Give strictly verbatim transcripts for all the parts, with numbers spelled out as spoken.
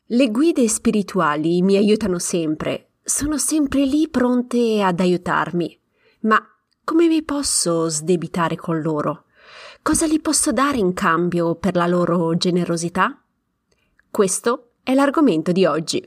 Le guide spirituali mi aiutano sempre, sono sempre lì pronte ad aiutarmi. Ma come mi posso sdebitare con loro? Cosa gli posso dare in cambio per la loro generosità? Questo è l'argomento di oggi.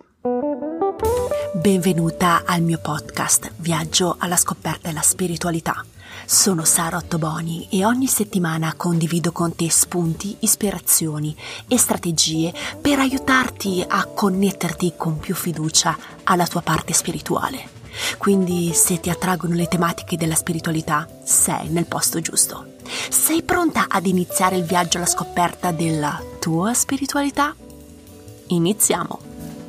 Benvenuta al mio podcast Viaggio alla scoperta della spiritualità. Sono Sara Ottoboni e ogni settimana condivido con te spunti, ispirazioni e strategie per aiutarti a connetterti con più fiducia alla tua parte spirituale. Quindi, se ti attraggono le tematiche della spiritualità, sei nel posto giusto. Sei pronta ad iniziare il viaggio alla scoperta della tua spiritualità? Iniziamo!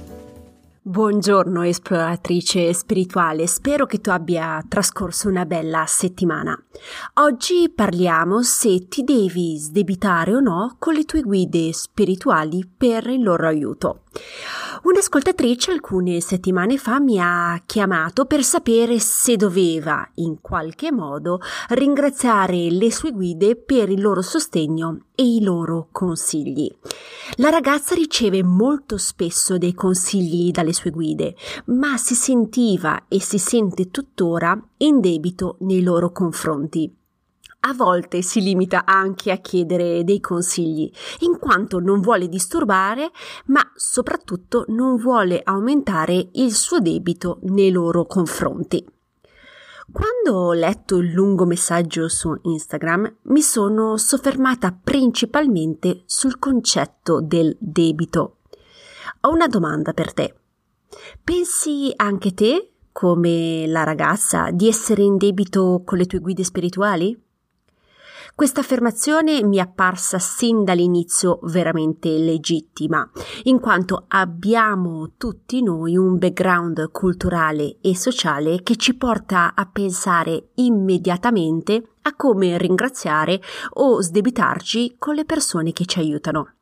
Buongiorno esploratrice spirituale, spero che tu abbia trascorso una bella settimana. Oggi parliamo se ti devi sdebitare o no con le tue guide spirituali per il loro aiuto. Un'ascoltatrice alcune settimane fa mi ha chiamato per sapere se doveva in qualche modo ringraziare le sue guide per il loro sostegno e i loro consigli. La ragazza riceve molto spesso dei consigli dalle sue guide, ma si sentiva e si sente tuttora in debito nei loro confronti. A volte si limita anche a chiedere dei consigli, in quanto non vuole disturbare, ma soprattutto non vuole aumentare il suo debito nei loro confronti. Quando ho letto il lungo messaggio su Instagram, mi sono soffermata principalmente sul concetto del debito. Ho una domanda per te. Pensi anche te, come la ragazza, di essere in debito con le tue guide spirituali? Questa affermazione mi è apparsa sin dall'inizio veramente legittima, in quanto abbiamo tutti noi un background culturale e sociale che ci porta a pensare immediatamente a come ringraziare o sdebitarci con le persone che ci aiutano.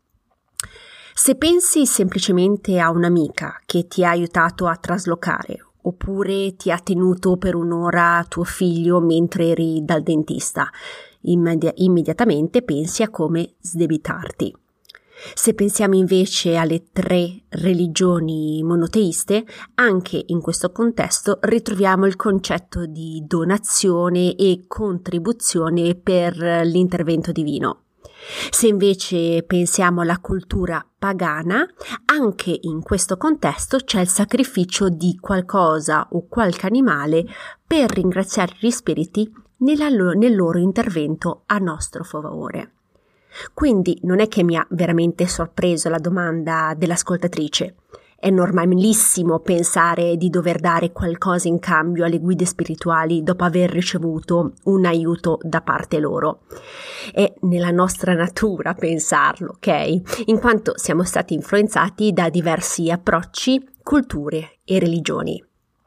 Se pensi semplicemente a un'amica che ti ha aiutato a traslocare, oppure ti ha tenuto per un'ora tuo figlio mentre eri dal dentista, immedi- immediatamente pensi a come sdebitarti. Se pensiamo invece alle tre religioni monoteiste, anche in questo contesto ritroviamo il concetto di donazione e contribuzione per l'intervento divino. Se invece pensiamo alla cultura pagana, anche in questo contesto c'è il sacrificio di qualcosa o qualche animale per ringraziare gli spiriti nella lo- nel loro intervento a nostro favore. Quindi non è che mi ha veramente sorpreso la domanda dell'ascoltatrice. È normalissimo pensare di dover dare qualcosa in cambio alle guide spirituali dopo aver ricevuto un aiuto da parte loro. È nella nostra natura pensarlo, ok? In quanto siamo stati influenzati da diversi approcci, culture e religioni.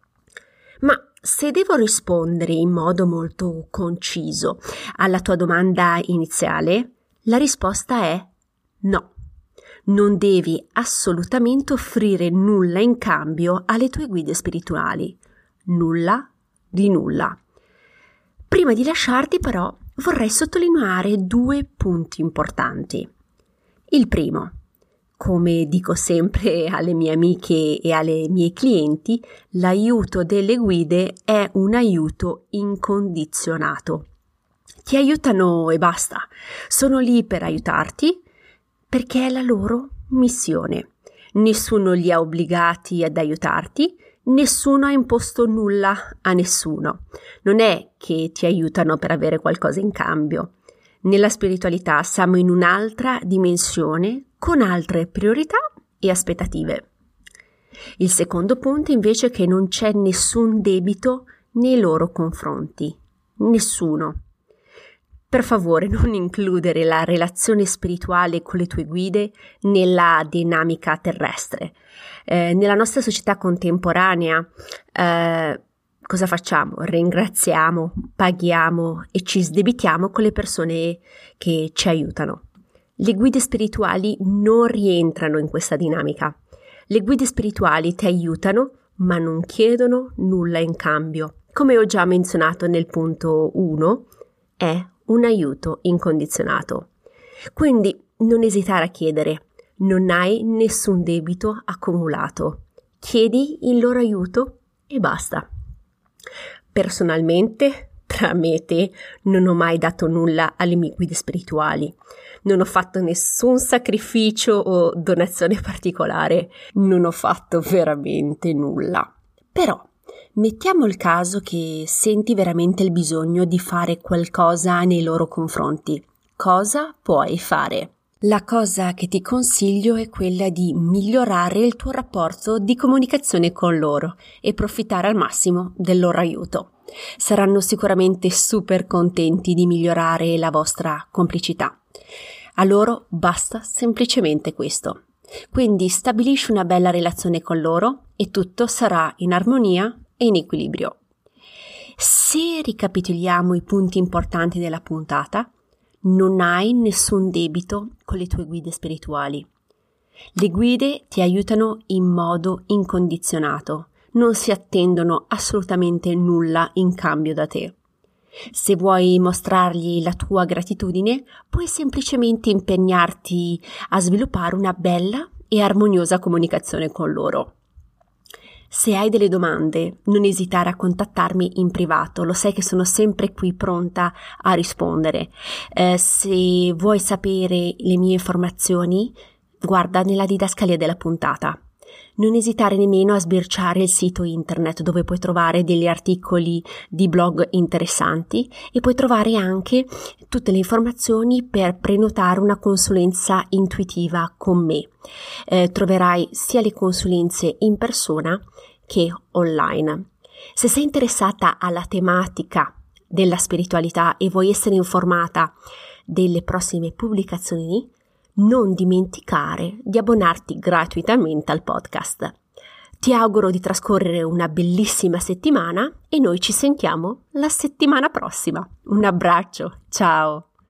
Ma se devo rispondere in modo molto conciso alla tua domanda iniziale, la risposta è no. Non devi assolutamente offrire nulla in cambio alle tue guide spirituali. Nulla di nulla. Prima di lasciarti però vorrei sottolineare due punti importanti. Il primo, come dico sempre alle mie amiche e alle mie clienti, l'aiuto delle guide è un aiuto incondizionato. Ti aiutano e basta. Sono lì per aiutarti perché è la loro missione. Nessuno li ha obbligati ad aiutarti, nessuno ha imposto nulla a nessuno. Non è che ti aiutano per avere qualcosa in cambio. Nella spiritualità siamo in un'altra dimensione con altre priorità e aspettative. Il secondo punto invece è che non c'è nessun debito nei loro confronti. Nessuno. Per favore non includere la relazione spirituale con le tue guide nella dinamica terrestre. Eh, nella nostra società contemporanea eh, cosa facciamo? Ringraziamo, paghiamo e ci sdebitiamo con le persone che ci aiutano. Le guide spirituali non rientrano in questa dinamica. Le guide spirituali ti aiutano ma non chiedono nulla in cambio. Come ho già menzionato nel punto uno, è un aiuto incondizionato. Quindi non esitare a chiedere: Non hai nessun debito accumulato. Chiedi il loro aiuto e basta. Personalmente, tra me e te, non ho mai dato nulla alle mie guide spirituali. Non ho fatto nessun sacrificio o donazione particolare. Non ho fatto veramente nulla. Però, mettiamo il caso che senti veramente il bisogno di fare qualcosa nei loro confronti. Cosa puoi fare? La cosa che ti consiglio è quella di migliorare il tuo rapporto di comunicazione con loro e approfittare al massimo del loro aiuto. Saranno sicuramente super contenti di migliorare la vostra complicità. A loro basta semplicemente questo. Quindi stabilisci una bella relazione con loro e tutto sarà in armonia e in equilibrio. Se ricapitoliamo i punti importanti della puntata, non hai nessun debito con le tue guide spirituali. Le guide ti aiutano in modo incondizionato, non si attendono assolutamente nulla in cambio da te. Se vuoi mostrargli la tua gratitudine, puoi semplicemente impegnarti a sviluppare una bella e armoniosa comunicazione con loro. Se hai delle domande, non esitare a contattarmi in privato, lo sai che sono sempre qui pronta a rispondere. Eh, se vuoi sapere le mie informazioni, guarda nella didascalia della puntata. Non esitare nemmeno a sbirciare il sito internet dove puoi trovare degli articoli di blog interessanti e puoi trovare anche tutte le informazioni per prenotare una consulenza intuitiva con me. Eh, troverai sia le consulenze in persona che online. Se sei interessata alla tematica della spiritualità e vuoi essere informata delle prossime pubblicazioni, non dimenticare di abbonarti gratuitamente al podcast. Ti auguro di trascorrere una bellissima settimana e noi ci sentiamo la settimana prossima. Un abbraccio, ciao!